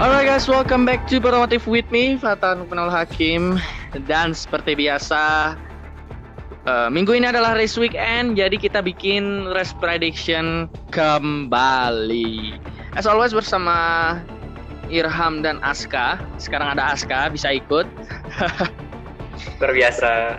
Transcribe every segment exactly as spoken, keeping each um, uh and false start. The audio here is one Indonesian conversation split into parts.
Alright guys, welcome back to Otomotif with me, Fatan Penol Hakim. Dan seperti biasa, uh, minggu ini adalah race weekend, jadi kita bikin race prediction kembali. As always bersama Irham dan Aska. Sekarang ada Aska, bisa ikut. Terbiasa.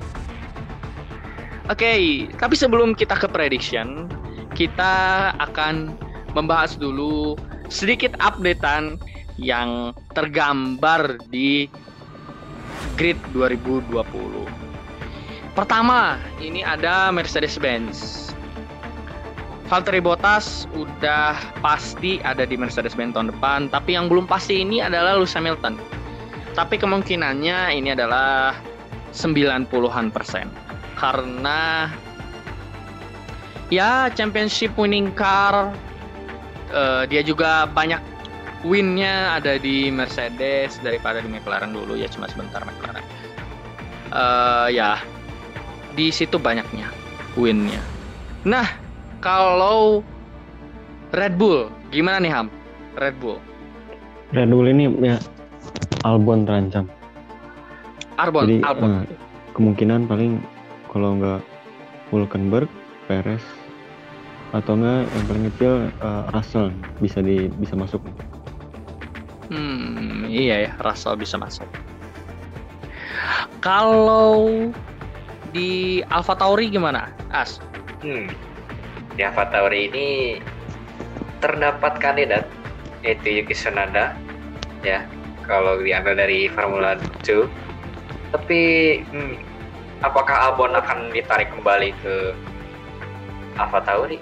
Oke, okay, tapi sebelum kita ke prediction, kita akan membahas dulu sedikit updatean yang tergambar di grid dua ribu dua puluh. Pertama, ini ada Mercedes-Benz. Valtteri Bottas udah pasti ada di Mercedes-Benz tahun depan, tapi yang belum pasti ini adalah Lewis Hamilton. Tapi kemungkinannya ini adalah sembilan puluhan persen. Karena ya championship winning car, uh, dia juga banyak win-nya ada di Mercedes daripada di McLaren dulu, ya cuma sebentar McLaren. Uh, ya di situ banyaknya win-nya. Nah, kalau Red Bull gimana nih Ham? Red Bull. Red Bull ini ya Albon terancam. Albon, Jadi Albon. Uh, kemungkinan paling kalau nggak Hülkenberg, Perez, atau nggak yang paling kecil uh, Russell bisa di bisa masuk. Hmm, iya ya, Russell bisa masuk. Kalau di AlphaTauri gimana, As? Hmm. Di AlphaTauri ini terdapat kandidat, yaitu Yuki Tsunoda, ya, kalau diambil dari Formula dua. Tapi hmm, apakah Albon akan ditarik kembali ke AlphaTauri?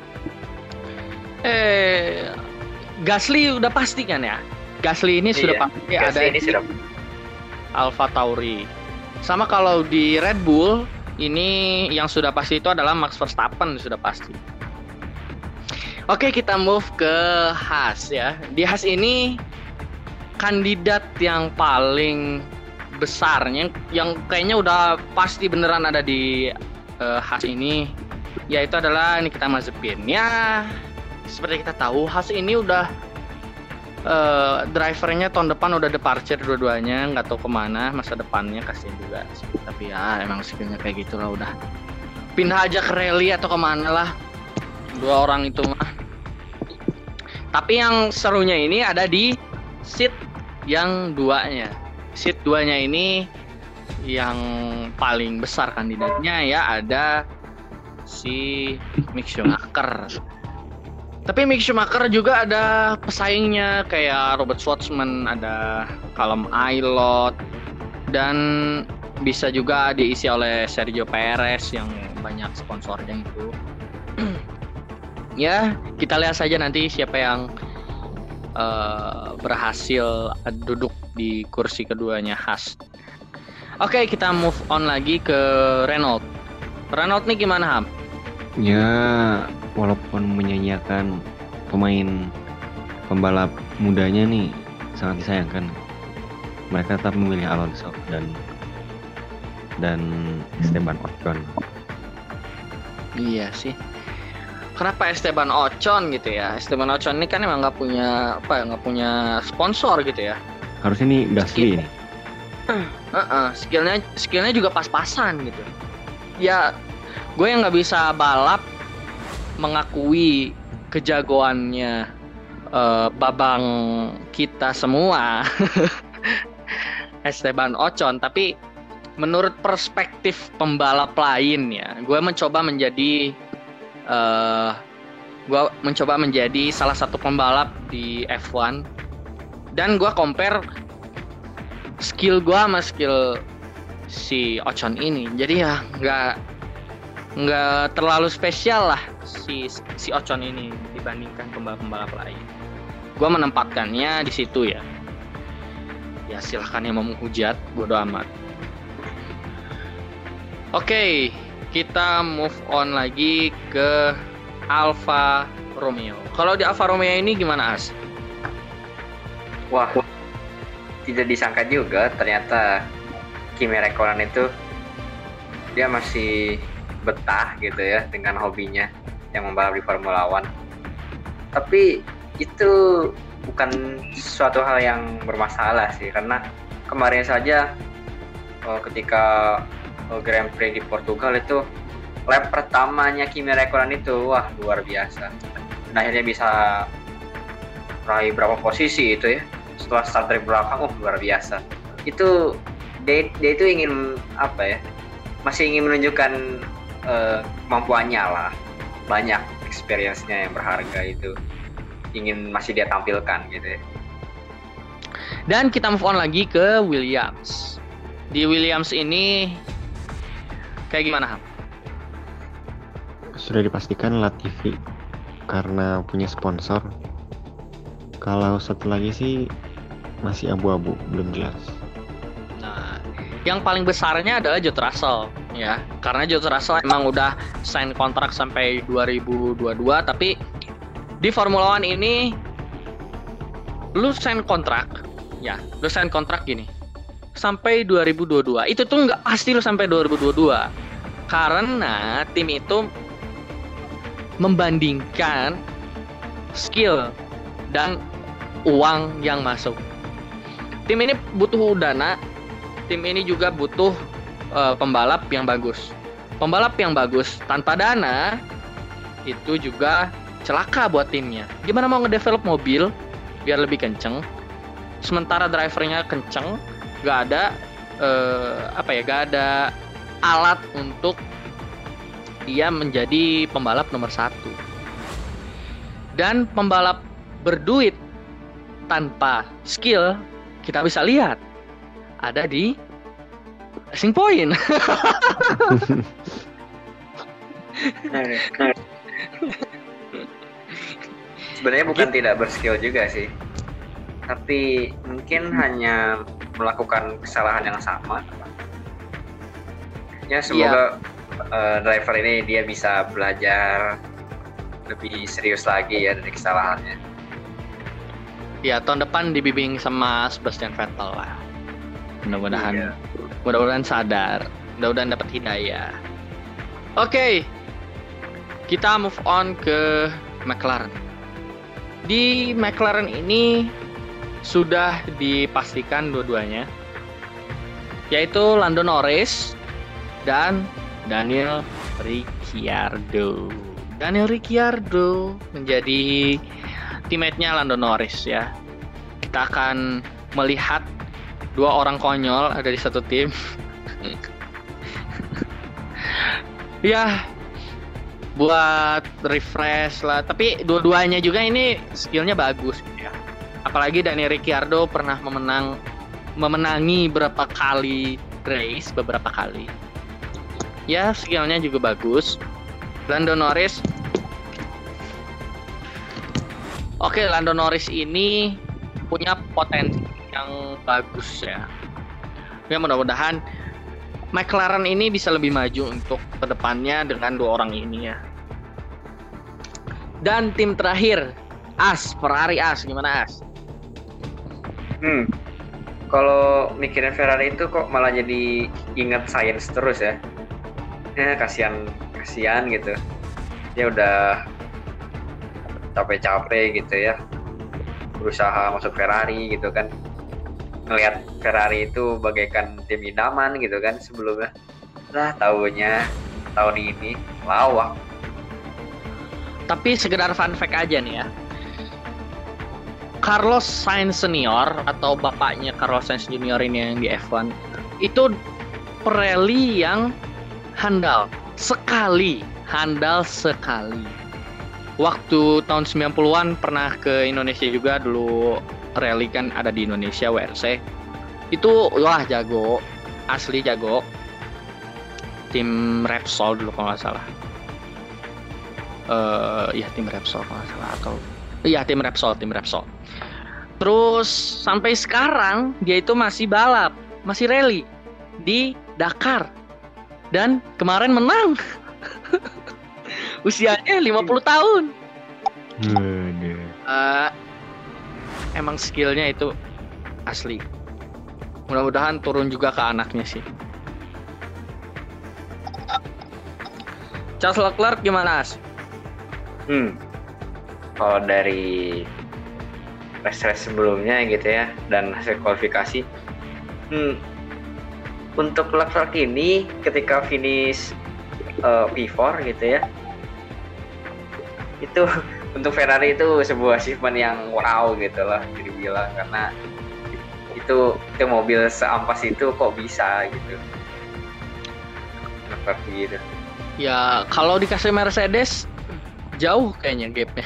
Eh, Gasly udah pasti kan ya? Gasly ini sudah Iya, pasti Gasly ada ini di sudah. AlphaTauri. Sama kalau di Red Bull ini yang sudah pasti itu adalah Max Verstappen, sudah pasti. Oke, kita move ke Haas ya. Di Haas ini kandidat yang paling besarnya yang kayaknya udah pasti beneran ada di uh, Haas ini, yaitu adalah Nikita Mazepin. Ya, seperti kita tahu Haas ini udah uh, drivernya tahun depan udah departure dua-duanya, nggak tahu kemana masa depannya, kasihan juga. Tapi ya emang skillnya kayak gitulah, udah pindah aja ke rally atau kemana lah dua orang itu mah. Tapi yang serunya ini ada di seat yang duanya. Seat duanya ini yang paling besar kandidatnya ya ada si Mick Schumacher. Tapi Mick Schumacher juga ada pesaingnya kayak Robert Schwartzman, ada Callum Aylott, dan bisa juga diisi oleh Sergio Perez yang banyak sponsornya itu. Ya, kita lihat saja nanti siapa yang uh, berhasil duduk di kursi keduanya Haas. Oke, kita move on lagi ke Renault. Renault nih gimana, Ham? Ya, walaupun menyanyiakan pemain pembalap mudanya nih sangat disayangkan, mereka tetap memilih Alonso dan dan Esteban Ocon. Iya sih. Kenapa Esteban Ocon gitu ya? Esteban Ocon ini kan emang nggak punya apa ya, nggak punya sponsor gitu ya. Harusnya nih Gasly ini. Uh-uh, skillnya skillnya juga pas-pasan gitu. Ya, gue yang nggak bisa balap mengakui kejagoannya uh, babang kita semua Esteban Ocon, tapi menurut perspektif pembalap lain ya, gue mencoba menjadi uh, gue mencoba menjadi salah satu pembalap di F satu dan gue compare skill gue sama skill si Ocon ini. Jadi ya nggak nggak terlalu spesial lah si si Ocon ini dibandingkan pembalap-pembalap lain. Gue menempatkannya di situ ya. Ya silahkan yang mau menghujat, bodo amat. Oke, okay, kita move on lagi ke Alfa Romeo. Kalau di Alfa Romeo ini gimana, As? Wah, tidak disangka juga ternyata Kimi Räikkönen itu dia masih betah gitu ya dengan hobinya yang membalap di Formula One. Tapi itu bukan suatu hal yang bermasalah sih, karena kemarin saja uh, ketika uh, Grand Prix di Portugal itu lap pertamanya Kimi Räikkönen itu wah luar biasa, dan akhirnya bisa raih berapa posisi itu ya setelah start dari belakang. Oh luar biasa, itu dia, dia itu ingin apa ya, masih ingin menunjukkan uh, kemampuannya lah, banyak experience-nya yang berharga itu ingin masih dia tampilkan gitu ya. Dan kita move on lagi ke Williams. Di Williams ini kayak gimana, Ham? Sudah dipastikan Latifi karena punya sponsor. Kalau satu lagi sih masih abu-abu, belum jelas. Nah, yang paling besarnya adalah George Russell ya. Karena George Russell emang udah sign kontrak sampai dua ribu dua puluh dua, tapi di Formula One ini lu sign kontrak ya, lu sign kontrak gini sampai dua ribu dua puluh dua. Itu tuh nggak pasti lu sampai dua ribu dua puluh dua, karena tim itu membandingkan skill dan uang yang masuk. Tim ini butuh dana, tim ini juga butuh uh, pembalap yang bagus. Pembalap yang bagus tanpa dana itu juga celaka buat timnya. Gimana mau ngedevelop mobil biar lebih kenceng, sementara drivernya kenceng, gak ada uh, apa ya, gak ada alat untuk dia menjadi pembalap nomor satu. Dan pembalap berduit tanpa skill kita bisa lihat ada di Racing Point. Sebenarnya bukan gitu. Tidak berskill juga sih, tapi mungkin hanya melakukan kesalahan yang sama. Ya semoga yeah. uh, driver ini dia bisa belajar lebih serius lagi ya dari kesalahannya. Ya tahun depan dibimbing sama Sebastian Vettel lah. Mudah-mudahan, yeah. mudah-mudahan sadar, mudah-mudahan dapat hidayah. Oke, okay. Kita move on ke McLaren. Di McLaren ini sudah dipastikan dua-duanya, yaitu Lando Norris dan Daniel Ricciardo. Daniel Ricciardo menjadi teammate-nya Lando Norris ya. Kita akan melihat dua orang konyol ada di satu tim. Ya, buat refresh lah. Tapi dua-duanya juga ini skillnya bagus gitu ya. Apalagi Daniel Ricciardo pernah memenang memenangi beberapa kali race, beberapa kali. Ya, skillnya juga bagus. Lando Norris. Oke, Lando Norris ini punya potensi yang bagus ya. Ya mudah-mudahan McLaren ini bisa lebih maju untuk kedepannya dengan dua orang ini ya. Dan tim terakhir, As, Ferrari As, gimana As? Hmm, kalau mikirin Ferrari itu kok malah jadi ingat Sainz terus ya. Ya kasihan, kasihan gitu. Dia udah capek-capek gitu ya, berusaha masuk Ferrari gitu kan. Ngelihat Ferrari itu bagaikan tim idaman gitu kan sebelumnya. Lah taunya tahun ini lawak. Tapi sekedar fun fact aja nih ya. Carlos Sainz Senior atau bapaknya Carlos Sainz Junior ini yang di F satu itu pereli yang handal sekali, handal sekali. Waktu tahun sembilan puluhan pernah ke Indonesia juga, dulu rally kan ada di Indonesia W R C. Itu wah jago, asli jago. Tim Repsol dulu kalau nggak salah. Uh, ya tim Repsol kalau nggak salah atau iya tim Repsol, tim Repsol. Terus sampai sekarang dia itu masih balap, masih rally di Dakar. Dan kemarin menang. Usianya lima puluh tahun. Uh, emang skillnya itu asli. Mudah-mudahan turun juga ke anaknya sih. Charles Leclerc gimana As? Hmm, kalau dari race-race sebelumnya gitu ya, dan hasil kualifikasi. Hmm, untuk Leclerc ini ketika finish uh, P empat gitu ya, itu untuk Ferrari itu sebuah achievement yang wow gitu lah dibilang, karena itu itu mobil seampas itu kok bisa gitu. Seperti gitu. Ya kalau dikasih Mercedes jauh kayaknya gapnya.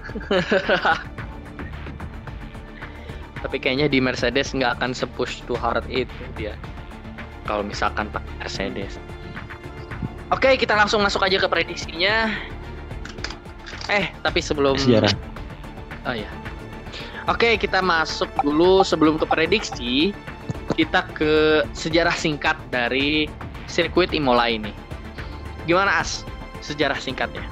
Tapi kayaknya di Mercedes nggak akan se-push too hard itu dia. Kalau misalkan pakai Mercedes. Oke, kita langsung masuk aja ke prediksinya. Eh, tapi sebelum sejarah. Oh ya. Oke, kita masuk dulu sebelum ke prediksi. Kita ke sejarah singkat dari sirkuit Imola ini. Gimana As? Sejarah singkatnya.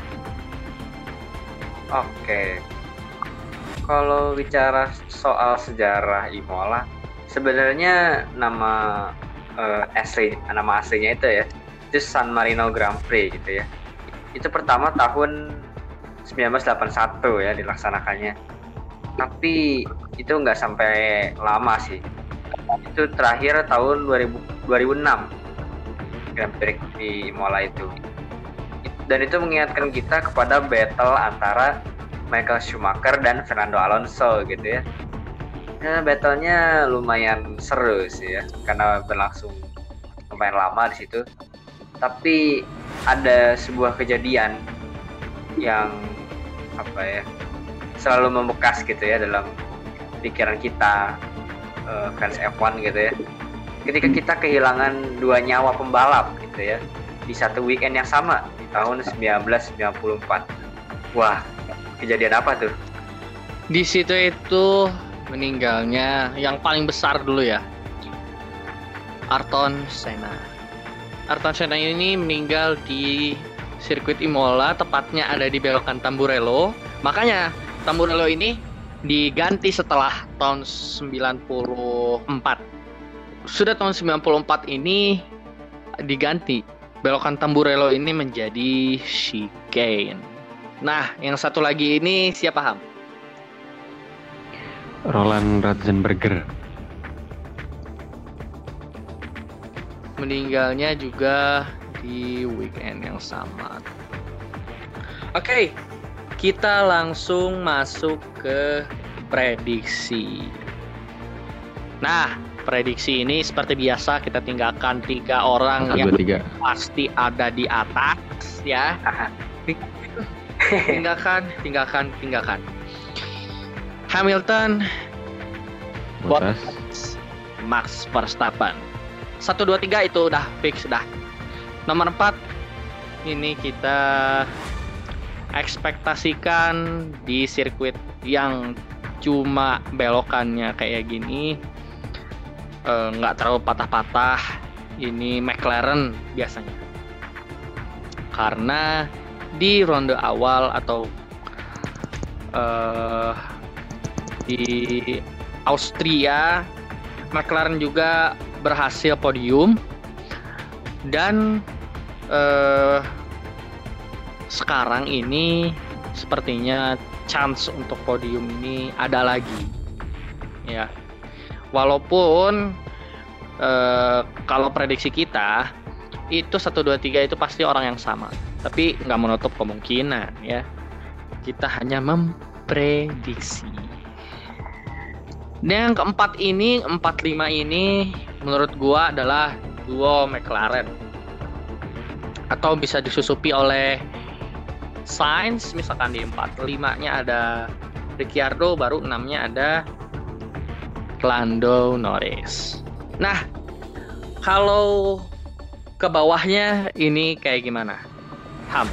Oke. Kalau bicara soal sejarah Imola, sebenarnya nama uh, asli nama aslinya itu ya, itu San Marino Grand Prix gitu ya. Itu pertama tahun sembilan belas delapan puluh satu ya dilaksanakannya. Tapi itu nggak sampai lama sih. Itu terakhir tahun dua ribu, dua ribu enam Grand Prix di Imola itu. Dan itu mengingatkan kita kepada battle antara Michael Schumacher dan Fernando Alonso gitu ya. Ya battle-nya lumayan seru sih ya, karena berlangsung lumayan lama di situ. Tapi ada sebuah kejadian yang apa ya, selalu membekas gitu ya dalam pikiran kita uh, fans F satu gitu ya. Ketika kita kehilangan dua nyawa pembalap gitu ya di satu weekend yang sama di tahun sembilan belas sembilan puluh empat. Wah, kejadian apa tuh? Di situ itu meninggalnya yang paling besar dulu ya, Ayrton Senna. Ayrton Senna ini meninggal di sirkuit Imola, tepatnya ada di belokan Tamburello. Makanya Tamburello ini diganti setelah tahun sembilan puluh empat. Sudah tahun sembilan puluh empat ini diganti belokan Tamburello ini menjadi chicane. Nah, yang satu lagi ini siapa Ham? Roland Ratzenberger. Meninggalnya juga di weekend yang sama. Oke, kita langsung masuk ke prediksi. Nah, prediksi ini seperti biasa kita tinggalkan tiga orang Satu, yang dua, tiga. pasti ada di atas ya. tinggalkan, tinggalkan, tinggalkan. Hamilton, Bottas, Max Verstappen. Satu, dua, tiga itu udah fix dah. Nomor empat ini kita ekspektasikan di sirkuit yang cuma belokannya kayak gini, nggak uh, terlalu patah-patah. Ini McLaren biasanya, karena di ronde awal atau uh, di Austria McLaren juga berhasil podium, dan uh, sekarang ini sepertinya chance untuk podium ini ada lagi ya, walaupun uh, kalau prediksi kita itu satu, dua, tiga itu pasti orang yang sama. Tapi nggak menutup kemungkinan ya. Kita hanya memprediksi. Dan yang keempat ini, empat lima ini menurut gua adalah duo McLaren. Atau bisa disusupi oleh Sainz, misalkan di empat lima-nya ada Ricciardo, baru enam-nya ada Lando Norris. Nah, kalau ke bawahnya ini kayak gimana? Ham.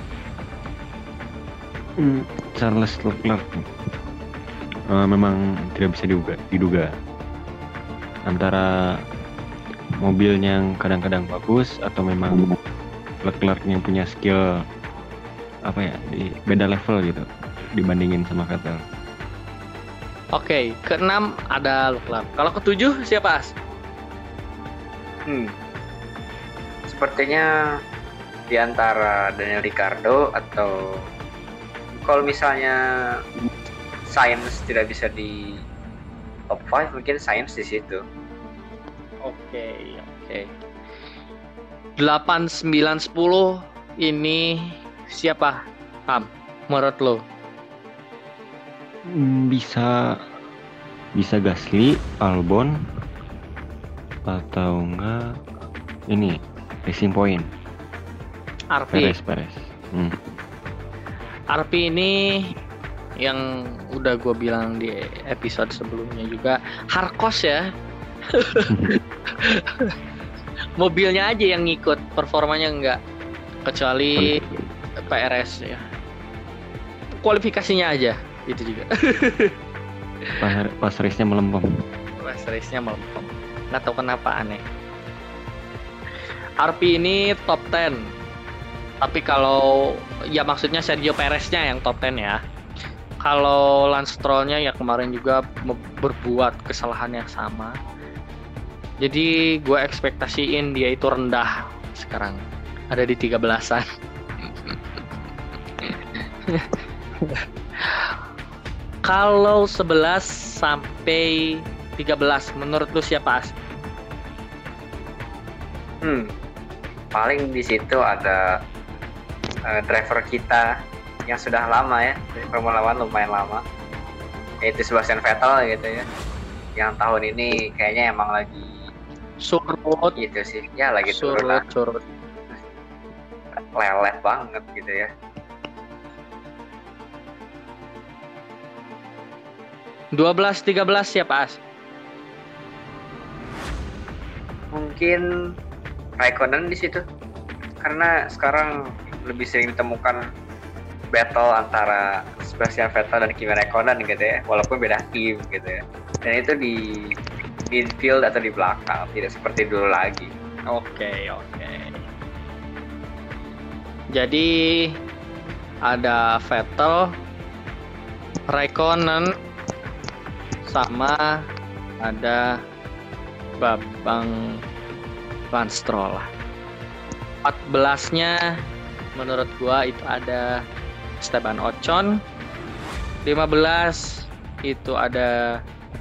Hmm, Charles Leclerc uh, memang tidak bisa diduga, diduga antara mobilnya yang kadang-kadang bagus atau memang Leclerc yang punya skill apa ya di beda level gitu dibandingin sama Vettel. Oke, keenam ada Leclerc. Kalau ketujuh siapa? Hmm. Sepertinya di antara Daniel Ricciardo atau kalau misalnya Science tidak bisa di top lima, mungkin Science di situ. Oke, oke. delapan, sembilan, sepuluh ini siapa? Ham, menurut lo? Bisa bisa Gasly, Albon, atau enggak ini Racing Point. R P. Perez, Perez. Hmm. R P ini yang udah gue bilang di episode sebelumnya juga hardcost ya. Mobilnya aja yang ngikut, performanya enggak, kecuali P R S ya. Kualifikasinya aja itu juga. pas, pas race-nya melempem. Pas race-nya melempem. Nggak tahu kenapa aneh. R P ini top sepuluh. Tapi kalau ya maksudnya Sergio Perez-nya yang top sepuluh ya. Kalau Lance Stroll-nya ya kemarin juga berbuat kesalahan yang sama. Jadi gue ekspektasiin dia itu rendah sekarang. Ada di tiga belasan. Kalau sebelas sampai tiga belas menurut lu siapa? Hmm. Paling di situ ada uh, driver kita yang sudah lama ya, di Formula One lumayan lama, yaitu Sebastian Vettel gitu ya. Yang tahun ini kayaknya emang lagi surut gitu sih. Ya lagi turun lah. Surut. Lelet banget gitu ya. dua belas tiga belas siapa As? Mungkin Raikkonen di situ. Karena sekarang lebih sering ditemukan battle antara Sebastian Vettel dan Kimi Raikkonen gitu ya, walaupun beda tim gitu ya. Dan itu di infield atau di belakang, tidak seperti dulu lagi. Oke, oke. Jadi ada Vettel, Raikkonen, sama ada Babang Lance Stroll lah. empat belasnya menurut gua itu ada Esteban Ocon. lima belas itu ada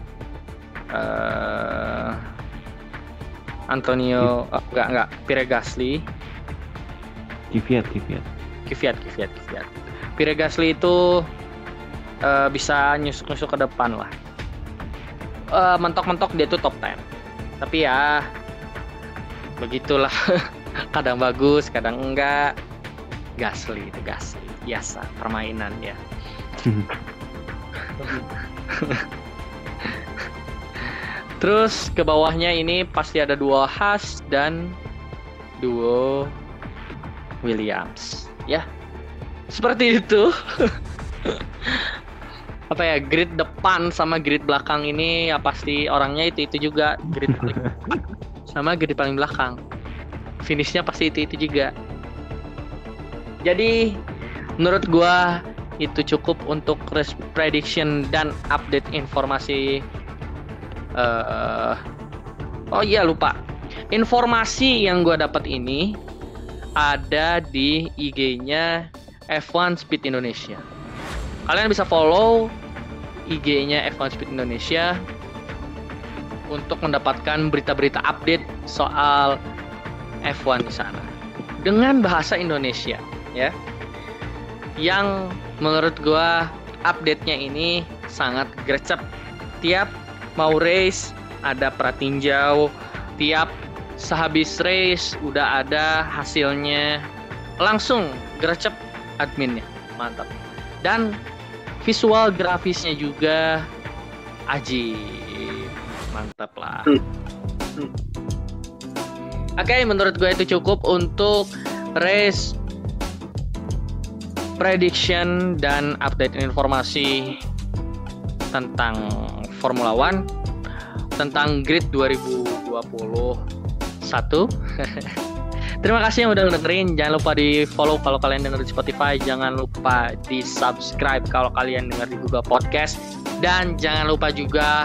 uh, Antonio oh, enggak enggak Pierre Gasly. Kvyat, Kvyat. Kvyat, Kvyat, Kvyat. Pierre Gasly itu uh, bisa nyusuk-nyusuk ke depan lah. Uh, mentok-mentok dia tuh top sepuluh. Tapi ya begitulah. Kadang bagus, kadang enggak. Gasly itu Gasly. Biasa permainan ya. Terus ke bawahnya ini pasti ada dua Haas dan duo Williams. Ya. Seperti itu. Apa ya, grid depan sama grid belakang ini ya pasti orangnya itu-itu juga, grid paling sama grid paling belakang. Finishnya pasti itu-itu juga. Jadi menurut gua itu cukup untuk race prediction dan update informasi. Uh, oh iya lupa. Informasi yang gua dapat ini ada di I G-nya F one Speed Indonesia. Kalian bisa follow I G-nya F one Speed Indonesia untuk mendapatkan berita-berita update soal F one di sana dengan bahasa Indonesia ya. Yang menurut gua update-nya ini sangat gercep. Tiap mau race ada pratinjau, tiap sehabis race udah ada hasilnya, langsung gercep adminnya, mantap. Dan visual grafisnya juga ajib, mantap lah. Oke, okay, menurut gue itu cukup untuk race prediction dan update informasi tentang Formula One, tentang grid dua ribu dua puluh satu. Terima kasih yang udah dengerin. Jangan lupa di follow kalau kalian denger di Spotify. Jangan lupa di subscribe kalau kalian denger di Google Podcast. Dan jangan lupa juga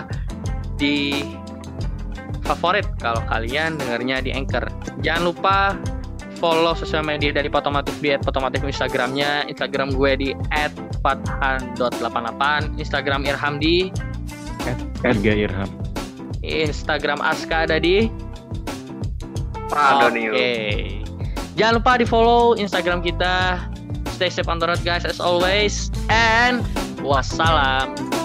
di favorit kalau kalian dengernya di Anchor. Jangan lupa follow sosial media dari Potomotif di et potomotif Instagramnya, Instagram gue di et fathan dot delapan delapan, Instagram Irham di Erga Irham. Instagram Aska ada di Pak Oke. Jangan lupa di follow Instagram kita. Stay safe on the road guys as always, and wassalam.